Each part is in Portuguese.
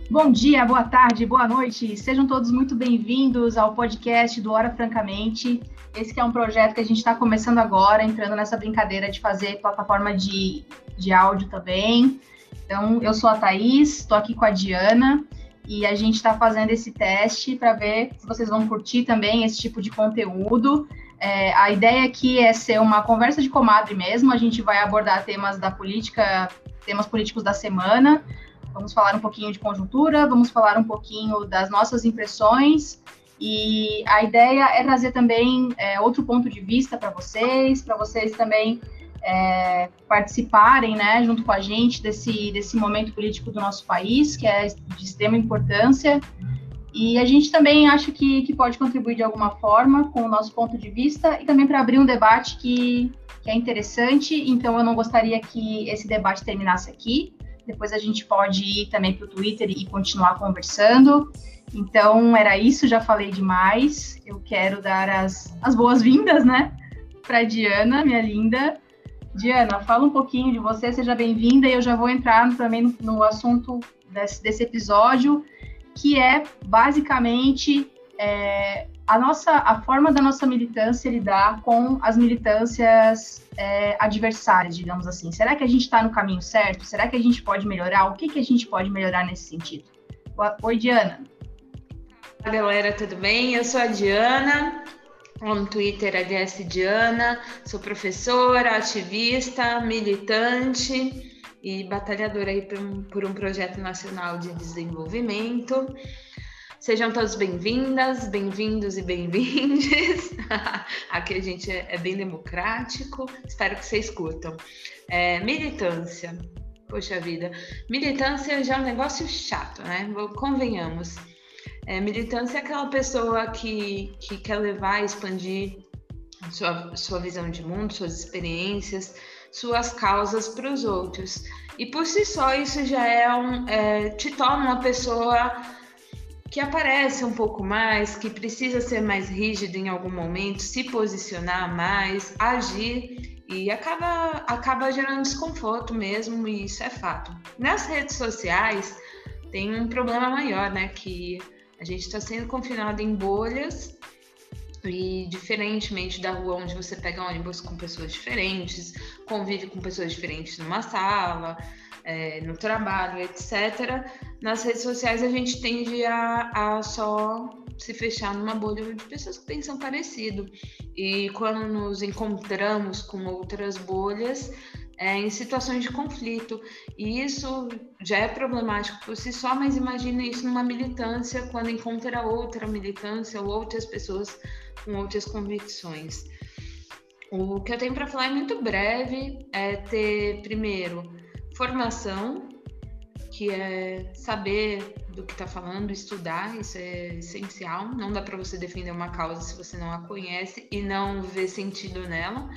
Bom dia, boa tarde, boa noite. Sejam todos muito bem-vindos ao podcast do Ora Francamente. Esse que é um projeto que a gente está começando agora, entrando nessa brincadeira de fazer plataforma de áudio também. Então, eu sou a Thaís, estou aqui com a Diana e a gente está fazendo esse teste para ver se vocês vão curtir também esse tipo de conteúdo. A ideia aqui é ser uma conversa de comadre mesmo. A gente vai abordar temas da política, temas políticos da semana. Vamos falar um pouquinho de conjuntura, vamos falar um pouquinho das nossas impressões, e a ideia é trazer também outro ponto de vista para vocês também participarem, né, junto com a gente desse momento político do nosso país, que é de extrema importância, e a gente também acha que pode contribuir de alguma forma com o nosso ponto de vista, e também para abrir um debate que é interessante. Então eu não gostaria que esse debate terminasse aqui. Depois a gente pode ir também para o Twitter e continuar conversando. Então, era isso, já falei demais. Eu quero dar as boas-vindas, né, para a Diana, minha linda. Diana, fala um pouquinho de você, seja bem-vinda, e eu já vou entrar também no assunto desse episódio, que é, basicamente, a forma da nossa militância lidar com as militâncias adversárias, digamos assim. Será que a gente está no caminho certo? Será que a gente pode melhorar? O que a gente pode melhorar nesse sentido? Oi, Diana. Olá, galera, tudo bem? Eu sou a Diana, no Twitter @Diana, sou professora, ativista, militante e batalhadora aí por um projeto nacional de desenvolvimento. Sejam todos bem-vindas, bem-vindos e bem-vindes. Aqui a gente é bem democrático, espero que vocês curtam. Militância, poxa vida, militância já é um negócio chato, né? Convenhamos. Militância é aquela pessoa que quer levar e expandir sua visão de mundo, suas experiências, suas causas para os outros. E por si só isso já te torna uma pessoa que aparece um pouco mais, que precisa ser mais rígido em algum momento, se posicionar mais, agir, e acaba gerando desconforto mesmo, e isso é fato. Nas redes sociais tem um problema maior, né, que a gente está sendo confinado em bolhas, e diferentemente da rua, onde você pega ônibus com pessoas diferentes, convive com pessoas diferentes numa sala, no trabalho, etc. Nas redes sociais a gente tende a só se fechar numa bolha de pessoas que pensam parecido. E quando nos encontramos com outras bolhas, em situações de conflito. E isso já é problemático por si só, mas imagine isso numa militância, quando encontra outra militância ou outras pessoas com outras convicções. O que eu tenho para falar é muito breve, é ter, primeiro, formação, que é saber do que está falando, estudar, isso é essencial. Não dá para você defender uma causa se você não a conhece e não vê sentido nela.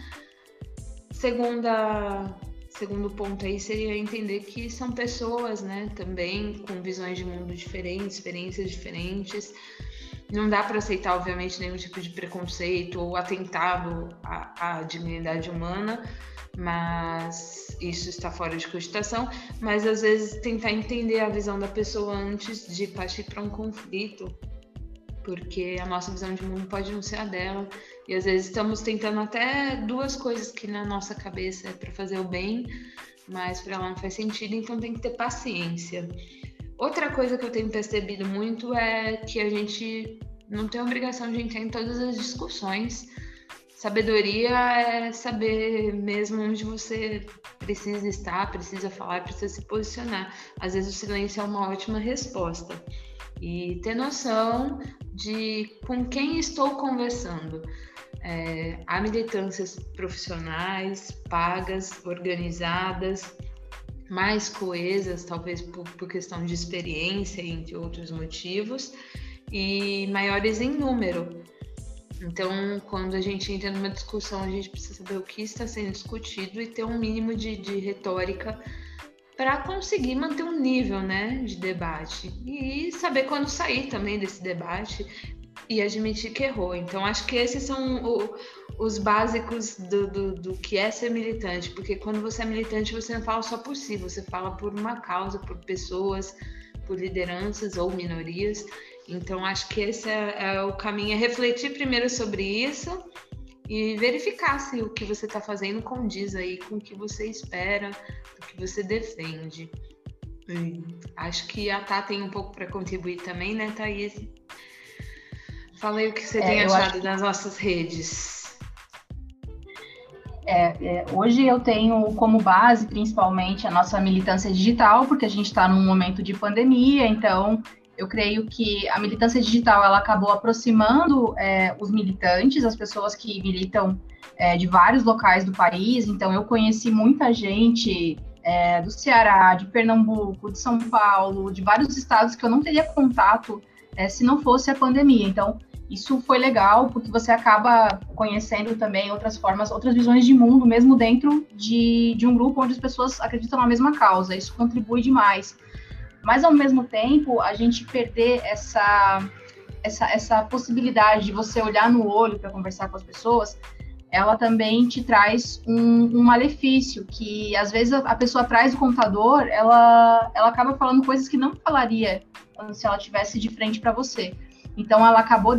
Segundo ponto aí seria entender que são pessoas, né, também com visões de mundo diferentes, experiências diferentes. Não dá para aceitar, obviamente, nenhum tipo de preconceito ou atentado à dignidade humana, mas isso está fora de cogitação. Mas às vezes tentar entender a visão da pessoa antes de partir para um conflito, porque a nossa visão de mundo pode não ser a dela, e às vezes estamos tentando até duas coisas que na nossa cabeça é para fazer o bem, mas para ela não faz sentido, então tem que ter paciência. Outra coisa que eu tenho percebido muito é que a gente não tem a obrigação de entrar em todas as discussões. Sabedoria é saber mesmo onde você precisa estar, precisa falar, precisa se posicionar. Às vezes o silêncio é uma ótima resposta. E ter noção de com quem estou conversando. Há militâncias profissionais, pagas, organizadas, mais coesas, talvez por questão de experiência, entre outros motivos, e maiores em número. Então, quando a gente entra numa discussão, a gente precisa saber o que está sendo discutido e ter um mínimo de retórica para conseguir manter um nível, né, de debate. E saber quando sair também desse debate e admitir que errou. Então, acho que esses são os básicos do que é ser militante, porque quando você é militante, você não fala só por si, você fala por uma causa, por pessoas, por lideranças ou minorias. Então, acho que esse é o caminho, é refletir primeiro sobre isso e verificar se o que você está fazendo condiz aí com o que você espera, o que você defende. Acho que a Tá tem um pouco para contribuir também, né, Thaís? Fala aí o que você tem achado das nossas redes. Hoje eu tenho como base, principalmente, a nossa militância digital, porque a gente está num momento de pandemia, então eu creio que a militância digital ela acabou aproximando os militantes, as pessoas que militam de vários locais do país. Então eu conheci muita gente do Ceará, de Pernambuco, de São Paulo, de vários estados que eu não teria contato se não fosse a pandemia. Então isso foi legal, porque você acaba conhecendo também outras formas, outras visões de mundo, mesmo dentro de um grupo onde as pessoas acreditam na mesma causa. Isso contribui demais. Mas, ao mesmo tempo, a gente perder essa possibilidade de você olhar no olho para conversar com as pessoas, ela também te traz um malefício, que às vezes a pessoa atrás do computador, ela acaba falando coisas que não falaria se ela estivesse de frente para você. Então, ela acabou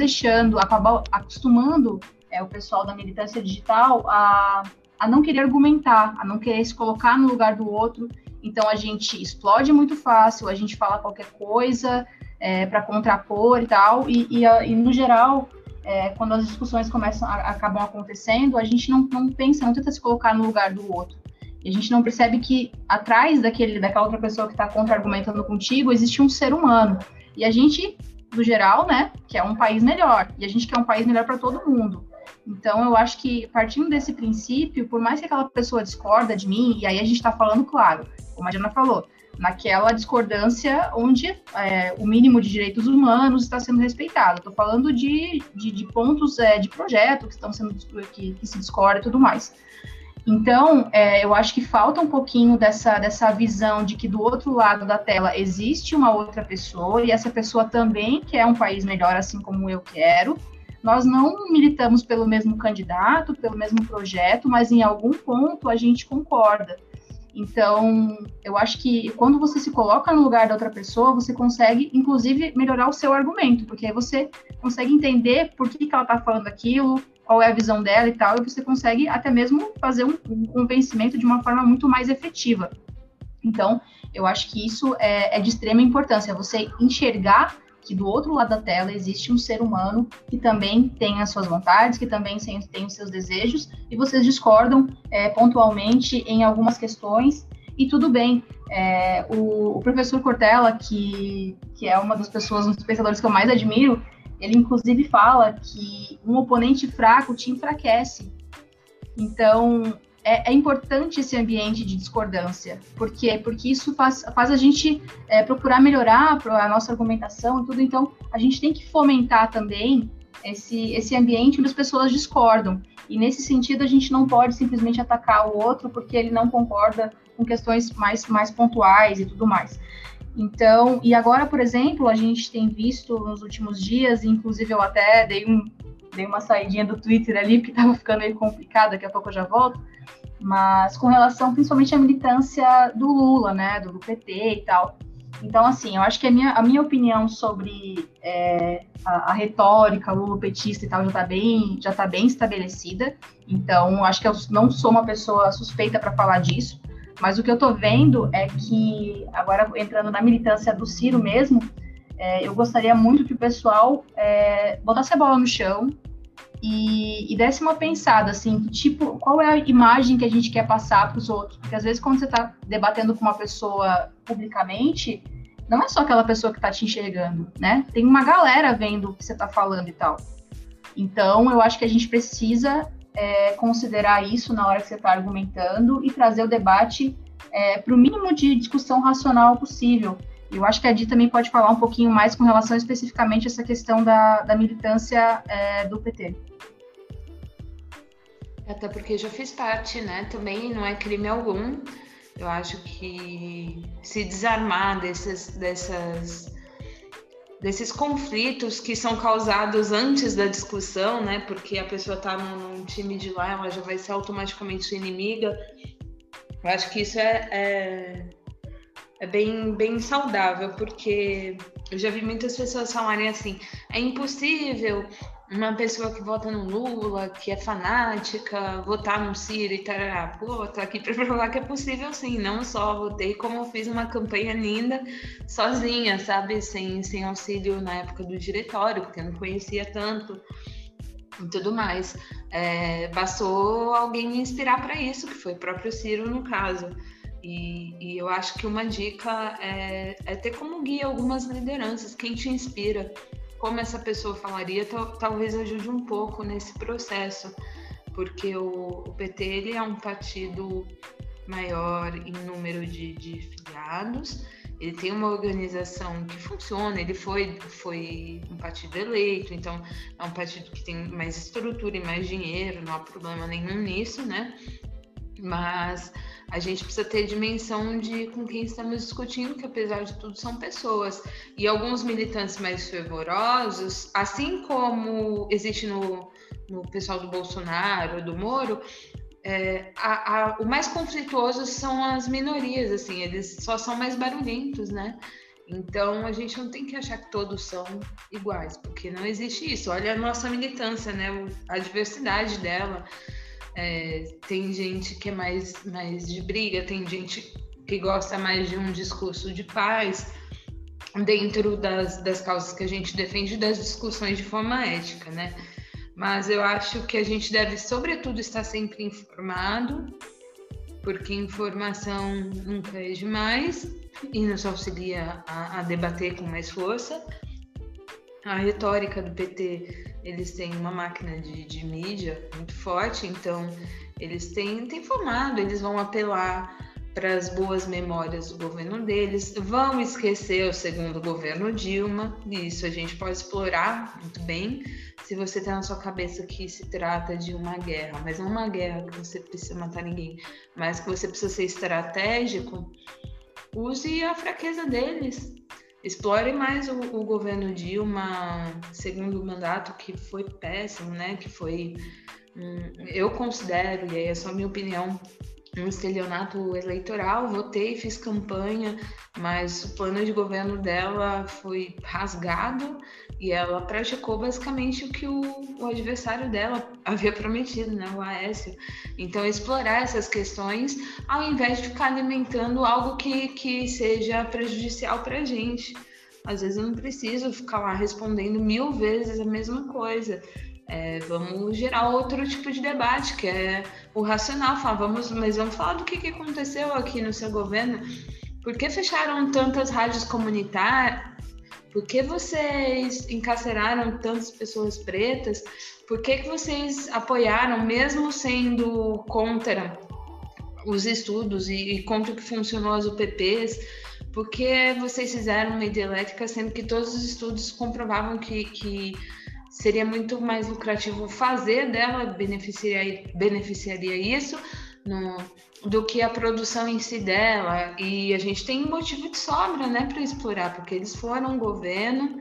acostumando o pessoal da militância digital a não querer argumentar, a não querer se colocar no lugar do outro. Então, a gente explode muito fácil, a gente fala qualquer coisa para contrapor e tal, e no geral, quando as discussões acabam acontecendo, a gente não pensa, não tenta se colocar no lugar do outro. E a gente não percebe que atrás daquela outra pessoa que está contra-argumentando contigo, existe um ser humano. E a gente, no geral, né, quer um país melhor, e a gente quer um país melhor para todo mundo. Então, eu acho que, partindo desse princípio, por mais que aquela pessoa discorda de mim, e aí a gente está falando, claro, como a Diana falou, naquela discordância onde o mínimo de direitos humanos está sendo respeitado. Estou falando de pontos de projeto que estão sendo que se discorda e tudo mais. Então, eu acho que falta um pouquinho dessa visão de que do outro lado da tela existe uma outra pessoa, e essa pessoa também quer um país melhor, assim como eu quero. Nós não militamos pelo mesmo candidato, pelo mesmo projeto, mas em algum ponto a gente concorda. Então, eu acho que quando você se coloca no lugar da outra pessoa, você consegue, inclusive, melhorar o seu argumento, porque aí você consegue entender por que ela está falando aquilo, qual é a visão dela e tal, e você consegue até mesmo fazer um convencimento de uma forma muito mais efetiva. Então, eu acho que isso é de extrema importância, você enxergar que do outro lado da tela existe um ser humano que também tem as suas vontades, que também tem os seus desejos, e vocês discordam pontualmente em algumas questões, e tudo bem. O professor Cortella, que é uma das pessoas, um dos pensadores que eu mais admiro, ele inclusive fala que um oponente fraco te enfraquece. Então, é importante esse ambiente de discordância. Por quê? Porque isso faz a gente procurar melhorar a nossa argumentação e tudo. Então, a gente tem que fomentar também esse ambiente onde as pessoas discordam. E, nesse sentido, a gente não pode simplesmente atacar o outro porque ele não concorda com questões mais pontuais e tudo mais. Então, e agora, por exemplo, a gente tem visto nos últimos dias, inclusive eu até dei uma saidinha do Twitter ali, porque estava ficando meio complicado, daqui a pouco eu já volto, mas com relação principalmente à militância do Lula, né, do PT e tal. Então, assim, eu acho que a minha opinião sobre a retórica lulopetista e tal já está bem estabelecida. Então, acho que eu não sou uma pessoa suspeita para falar disso, mas o que eu estou vendo é que, agora entrando na militância do Ciro mesmo, eu gostaria muito que o pessoal botasse a bola no chão e desse uma pensada, assim, tipo, qual é a imagem que a gente quer passar para os outros? Porque, às vezes, quando você está debatendo com uma pessoa publicamente, não é só aquela pessoa que está te enxergando, né? Tem uma galera vendo o que você está falando e tal. Então, eu acho que a gente precisa considerar isso na hora que você está argumentando e trazer o debate para o mínimo de discussão racional possível. Eu acho que a Di também pode falar um pouquinho mais com relação especificamente a essa questão da militância do PT. Até porque já fiz parte, né? Também não é crime algum. Eu acho que se desarmar desses conflitos que são causados antes da discussão, né? Porque a pessoa está num time de lá, ela já vai ser automaticamente sua inimiga. Eu acho que isso é bem saudável, porque eu já vi muitas pessoas falarem assim, é impossível uma pessoa que vota no Lula, que é fanática, votar no Ciro e tarará. Pô, tô aqui para provar que é possível sim, não só votei, como eu fiz uma campanha linda sozinha, sabe, sem auxílio na época do diretório, porque eu não conhecia tanto e tudo mais. Bastou alguém me inspirar para isso, que foi o próprio Ciro no caso. E eu acho que uma dica é ter como guia algumas lideranças, quem te inspira, como essa pessoa falaria, talvez ajude um pouco nesse processo, porque o PT ele é um partido maior em número de filiados, ele tem uma organização que funciona, ele foi um partido eleito, então é um partido que tem mais estrutura e mais dinheiro, não há problema nenhum nisso, né? Mas a gente precisa ter dimensão de com quem estamos discutindo, que apesar de tudo são pessoas. E alguns militantes mais fervorosos, assim como existe no pessoal do Bolsonaro, do Moro, o mais conflituoso são as minorias, assim, eles só são mais barulhentos, né? Então a gente não tem que achar que todos são iguais, porque não existe isso. Olha a nossa militância, né? A diversidade dela. Tem gente que é mais de briga, tem gente que gosta mais de um discurso de paz dentro das causas que a gente defende, das discussões de forma ética, né? Mas eu acho que a gente deve, sobretudo, estar sempre informado, porque informação nunca é demais e nos auxilia a debater com mais força. A retórica do PT, eles têm uma máquina de mídia muito forte, então eles têm informado, eles vão apelar para as boas memórias do governo deles, vão esquecer o segundo governo Dilma, e isso a gente pode explorar muito bem, se você tem na sua cabeça que se trata de uma guerra, mas não uma guerra que você precisa matar ninguém, mas que você precisa ser estratégico, use a fraqueza deles. Explore mais o governo Dilma, segundo mandato, que foi péssimo, né? Que foi, eu considero, e aí é só minha opinião, um estelionato eleitoral. Votei, fiz campanha, mas o plano de governo dela foi rasgado e ela praticou basicamente o que o adversário dela havia prometido, né? O Aécio. Então, explorar essas questões ao invés de ficar alimentando algo que seja prejudicial para a gente. Às vezes eu não preciso ficar lá respondendo 1000 vezes a mesma coisa. Vamos gerar outro tipo de debate, que é o racional. Mas vamos falar do que aconteceu aqui no seu governo. Por que fecharam tantas rádios comunitárias? Por que vocês encarceraram tantas pessoas pretas? Por que vocês apoiaram, mesmo sendo contra os estudos e contra o que funcionou as UPPs? Por que vocês fizeram uma hidrelétrica, sendo que todos os estudos comprovavam que seria muito mais lucrativo fazer dela, beneficiaria isso do que a produção em si dela? E a gente tem motivo de sobra, né, para explorar, porque eles foram um governo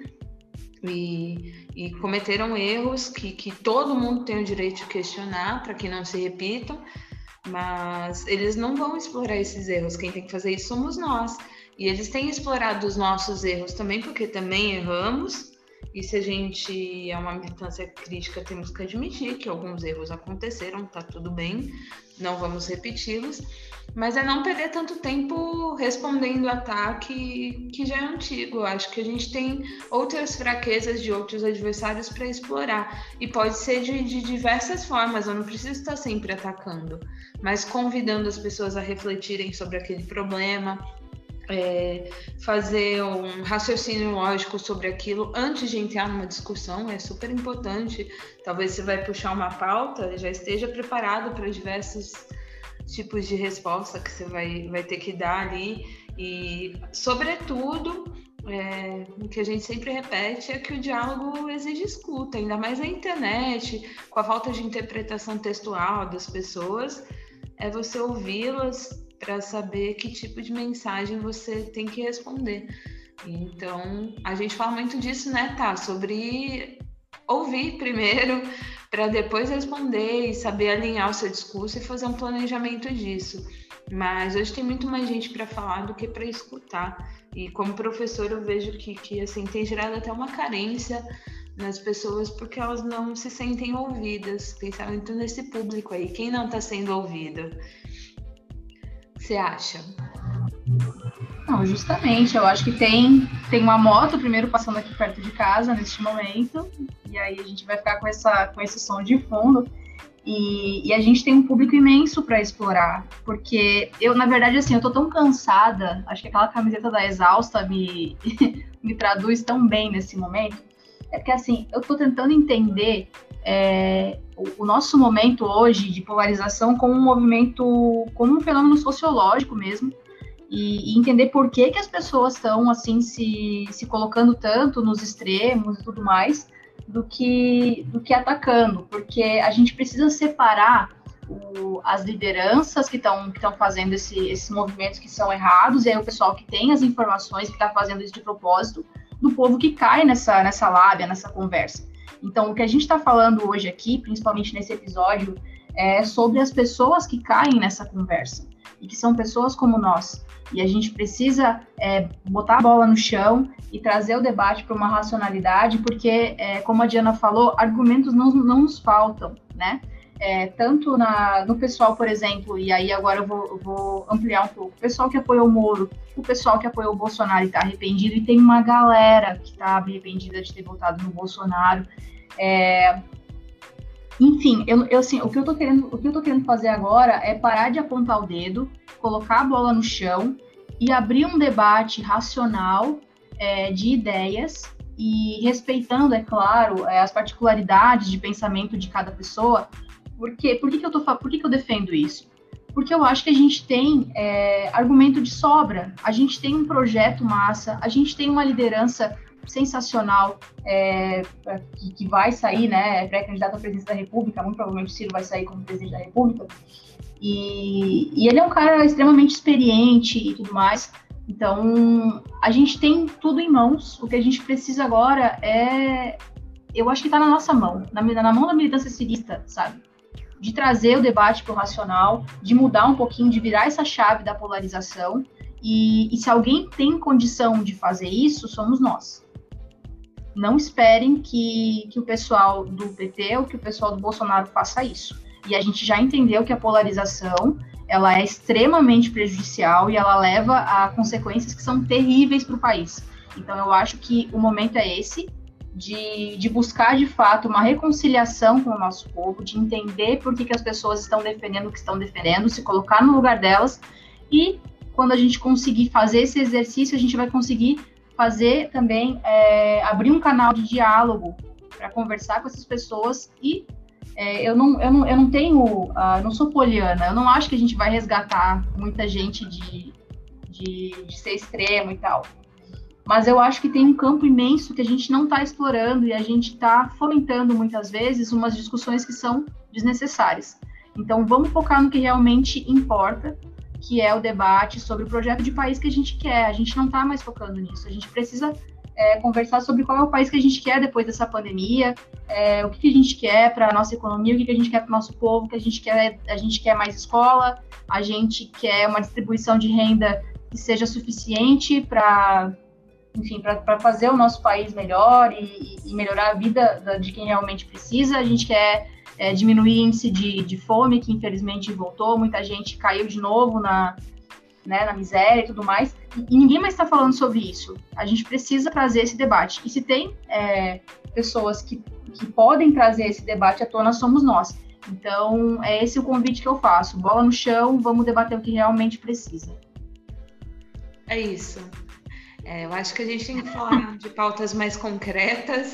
e cometeram erros que todo mundo tem o direito de questionar para que não se repitam, mas eles não vão explorar esses erros. Quem tem que fazer isso somos nós. E eles têm explorado os nossos erros também, porque também erramos. E se a gente é uma militância crítica, temos que admitir que alguns erros aconteceram, tá tudo bem, não vamos repeti-los, mas é não perder tanto tempo respondendo ataque que já é antigo. Eu acho que a gente tem outras fraquezas de outros adversários para explorar, e pode ser de diversas formas. Eu não preciso estar sempre atacando, mas convidando as pessoas a refletirem sobre aquele problema, fazer um raciocínio lógico sobre aquilo antes de entrar numa discussão é super importante. Talvez você vai puxar uma pauta, já esteja preparado para diversos tipos de resposta que você vai ter que dar ali. E, sobretudo, o que a gente sempre repete é que o diálogo exige escuta, ainda mais na internet, com a falta de interpretação textual das pessoas, é você ouvi-las para saber que tipo de mensagem você tem que responder. Então, a gente fala muito disso, né, tá? Sobre ouvir primeiro, para depois responder e saber alinhar o seu discurso e fazer um planejamento disso. Mas hoje tem muito mais gente para falar do que para escutar. E como professor eu vejo que assim, tem gerado até uma carência nas pessoas porque elas não se sentem ouvidas. Pensamento nesse público aí, quem não está sendo ouvido? O que você acha? Não, justamente, eu acho que tem uma moto primeiro passando aqui perto de casa neste momento, e aí a gente vai ficar com esse som de fundo. E a gente tem um público imenso para explorar, porque eu, na verdade, assim, eu tô tão cansada, acho que aquela camiseta da Exausta me traduz tão bem nesse momento, é porque, assim, eu tô tentando entender o nosso momento hoje de polarização como um movimento, como um fenômeno sociológico mesmo, e entender por que as pessoas estão, assim, se colocando tanto nos extremos e tudo mais, do que atacando, porque a gente precisa separar as lideranças que estão fazendo esses movimentos que são errados, e aí o pessoal que tem as informações, que está fazendo isso de propósito, do povo que cai nessa lábia, nessa conversa. Então, o que a gente está falando hoje aqui, principalmente nesse episódio, é sobre as pessoas que caem nessa conversa, e que são pessoas como nós. E a gente precisa botar a bola no chão e trazer o debate para uma racionalidade, porque, como a Diana falou, argumentos não nos faltam, né? Tanto no pessoal, por exemplo, e aí agora eu vou ampliar um pouco, o pessoal que apoiou o Moro, o pessoal que apoiou o Bolsonaro e está arrependido, e tem uma galera que está arrependida de ter votado no Bolsonaro. Enfim, assim, o que eu tô querendo fazer agora é parar de apontar o dedo, colocar a bola no chão e abrir um debate racional de ideias e respeitando, é claro, as particularidades de pensamento de cada pessoa. Por que eu defendo isso? Porque eu acho que a gente tem argumento de sobra, a gente tem um projeto massa, a gente tem uma liderança sensacional que vai sair, né, pré-candidato à presidência da República, muito provavelmente o Ciro vai sair como presidente da República, e ele é um cara extremamente experiente e tudo mais, então a gente tem tudo em mãos, o que a gente precisa agora eu acho que está na nossa mão, na mão da militância cirista, sabe? De trazer o debate para o racional, de mudar um pouquinho, de virar essa chave da polarização, e se alguém tem condição de fazer isso, somos nós. Não esperem que o pessoal do PT ou que o pessoal do Bolsonaro faça isso. E a gente já entendeu que a polarização, ela é extremamente prejudicial e ela leva a consequências que são terríveis para o país. Então, eu acho que o momento é esse, de buscar, de fato, uma reconciliação com o nosso povo, de entender por que as pessoas estão defendendo o que estão defendendo, se colocar no lugar delas, e quando a gente conseguir fazer esse exercício, a gente vai conseguir fazer também, abrir um canal de diálogo para conversar com essas pessoas. E eu não tenho, não sou poliana, eu não acho que a gente vai resgatar muita gente de ser extremo e tal. Mas eu acho que tem um campo imenso que a gente não está explorando e a gente está fomentando muitas vezes umas discussões que são desnecessárias. Então vamos focar no que realmente importa, que é o debate sobre o projeto de país que a gente quer. A gente não está mais focando nisso. A gente precisa conversar sobre qual é o país que a gente quer depois dessa pandemia, o que a gente quer para a nossa economia, o que a gente quer para o nosso povo, a gente quer mais escola, a gente quer uma distribuição de renda que seja suficiente para fazer o nosso país melhor e melhorar a vida de quem realmente precisa. A gente quer diminuir o índice de fome, que infelizmente voltou, muita gente caiu de novo na miséria e tudo mais, e ninguém mais está falando sobre isso. A gente precisa trazer esse debate, e se tem pessoas que podem trazer esse debate à tona, somos nós. Então, é esse o convite que eu faço, bola no chão, vamos debater o que realmente precisa. É isso. Eu acho que a gente tem que falar de pautas mais concretas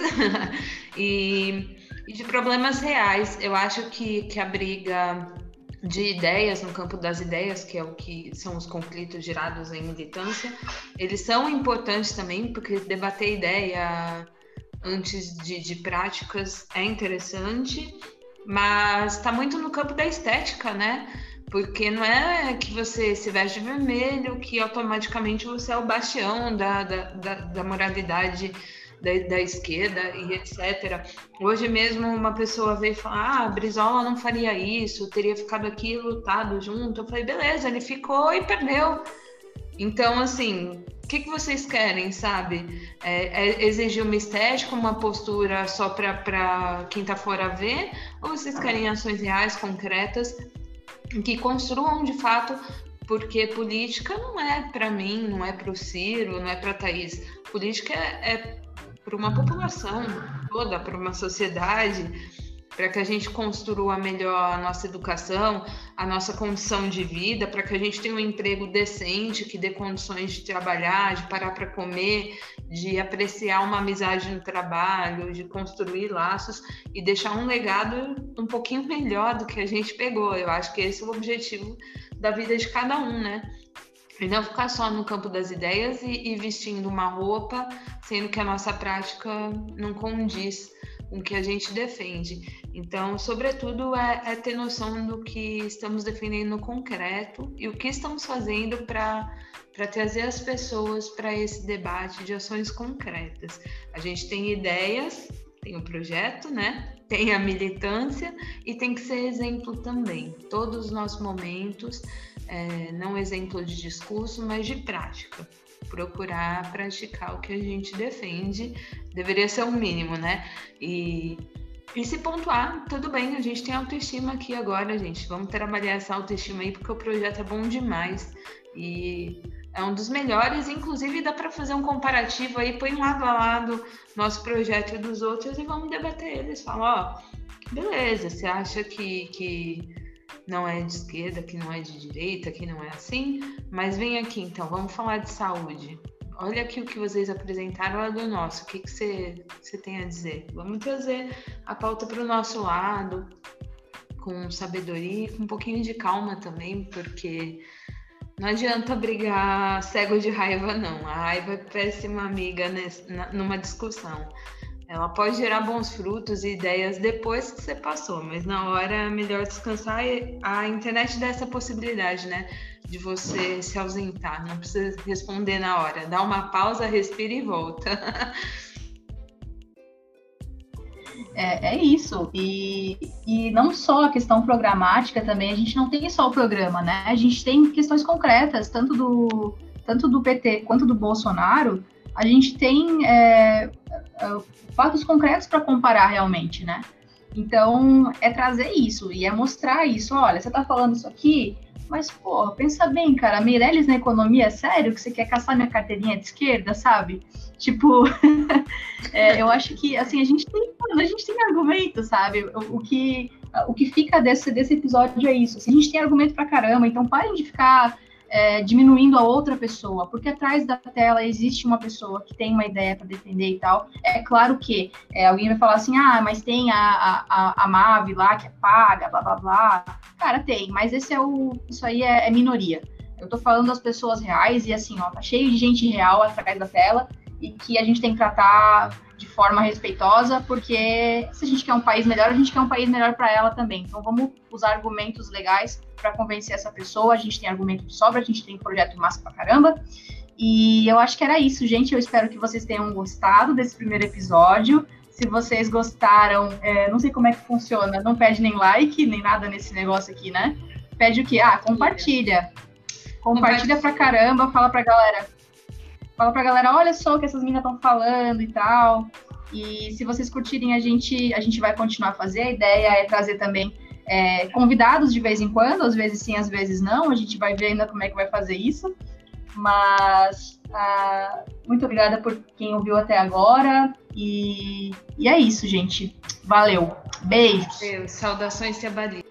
e de problemas reais. Eu acho que a briga de ideias no campo das ideias, que é o que são os conflitos gerados em militância, eles são importantes também, porque debater ideia antes de práticas é interessante, mas está muito no campo da estética, né? Porque não é que você se veste de vermelho que automaticamente você é o bastião da moralidade da esquerda e etc. Hoje mesmo uma pessoa veio falar, Brizola não faria isso, teria ficado aqui lutado junto. Eu falei, beleza, ele ficou e perdeu. Então, assim, o que vocês querem, sabe? Exigir uma estética, uma postura só para quem está fora ver? Ou vocês querem ações reais, concretas, que construam de fato? Porque política não é para mim, não é para o Ciro, não é para a Thaís. Política é para uma população toda, para uma sociedade, para que a gente construa melhor a nossa educação, a nossa condição de vida, para que a gente tenha um emprego decente, que dê condições de trabalhar, de parar para comer, de apreciar uma amizade no trabalho, de construir laços e deixar um legado um pouquinho melhor do que a gente pegou. Eu acho que esse é o objetivo da vida de cada um, né? E não ficar só no campo das ideias e vestindo uma roupa, sendo que a nossa prática não condiz com o que a gente defende. Então, sobretudo, é ter noção do que estamos defendendo no concreto e o que estamos fazendo para trazer as pessoas para esse debate de ações concretas. A gente tem ideias, tem o projeto, né? Tem a militância e tem que ser exemplo também. Todos os nossos momentos, não exemplo de discurso, mas de prática. Procurar praticar o que a gente defende deveria ser o mínimo, né? E se pontuar, tudo bem, a gente tem autoestima aqui agora, gente. Vamos trabalhar essa autoestima aí, porque o projeto é bom demais. E é um dos melhores, inclusive dá para fazer um comparativo aí, põe lado a lado nosso projeto e dos outros e vamos debater eles. Fala, beleza, você acha que não é de esquerda, que não é de direita, que não é assim, mas vem aqui então, vamos falar de saúde. Olha aqui o que vocês apresentaram lá do nosso, o que você tem a dizer? Vamos trazer a pauta para o nosso lado, com sabedoria e com um pouquinho de calma também, porque não adianta brigar cego de raiva, não. A raiva é péssima amiga numa discussão. Ela pode gerar bons frutos e ideias depois que você passou, mas na hora é melhor descansar. E a internet dá essa possibilidade, né? De você se ausentar, não precisa responder na hora. Dá uma pausa, respira e volta. É isso. E não só a questão programática também, a gente não tem só o programa, né? A gente tem questões concretas, tanto do PT quanto do Bolsonaro. A gente tem fatos concretos para comparar realmente, né? Então, é trazer isso e é mostrar isso. Olha, você tá falando isso aqui, mas, porra, pensa bem, cara, Meirelles na economia, sério que você quer caçar minha carteirinha de esquerda, sabe? Tipo, eu acho que, assim, a gente tem argumento, sabe? O que fica desse episódio é isso. Assim, a gente tem argumento pra caramba, então parem de ficar diminuindo a outra pessoa, porque atrás da tela existe uma pessoa que tem uma ideia para defender e tal. É claro que alguém vai falar assim, mas tem a MAV lá que é paga, blá blá blá. Cara, tem, mas isso aí é minoria. Eu tô falando das pessoas reais e assim, tá cheio de gente real atrás da tela e que a gente tem que tratar de forma respeitosa, porque se a gente quer um país melhor, a gente quer um país melhor para ela também. Então vamos usar argumentos legais para convencer essa pessoa. A gente tem argumento de sobra, a gente tem um projeto massa pra caramba. E eu acho que era isso, gente. Eu espero que vocês tenham gostado desse primeiro episódio. Se vocês gostaram, não sei como é que funciona, não pede nem like, nem nada nesse negócio aqui, né? Pede o quê? Compartilha. Compartilha pra caramba, fala pra galera, olha só o que essas meninas estão falando e tal. E se vocês curtirem, a gente vai continuar a fazer. A ideia é trazer também convidados de vez em quando, às vezes sim, às vezes não. A gente vai ver ainda como é que vai fazer isso. Mas muito obrigada por quem ouviu até agora. E é isso, gente. Valeu. Beijos. Saudações, Tia Bali.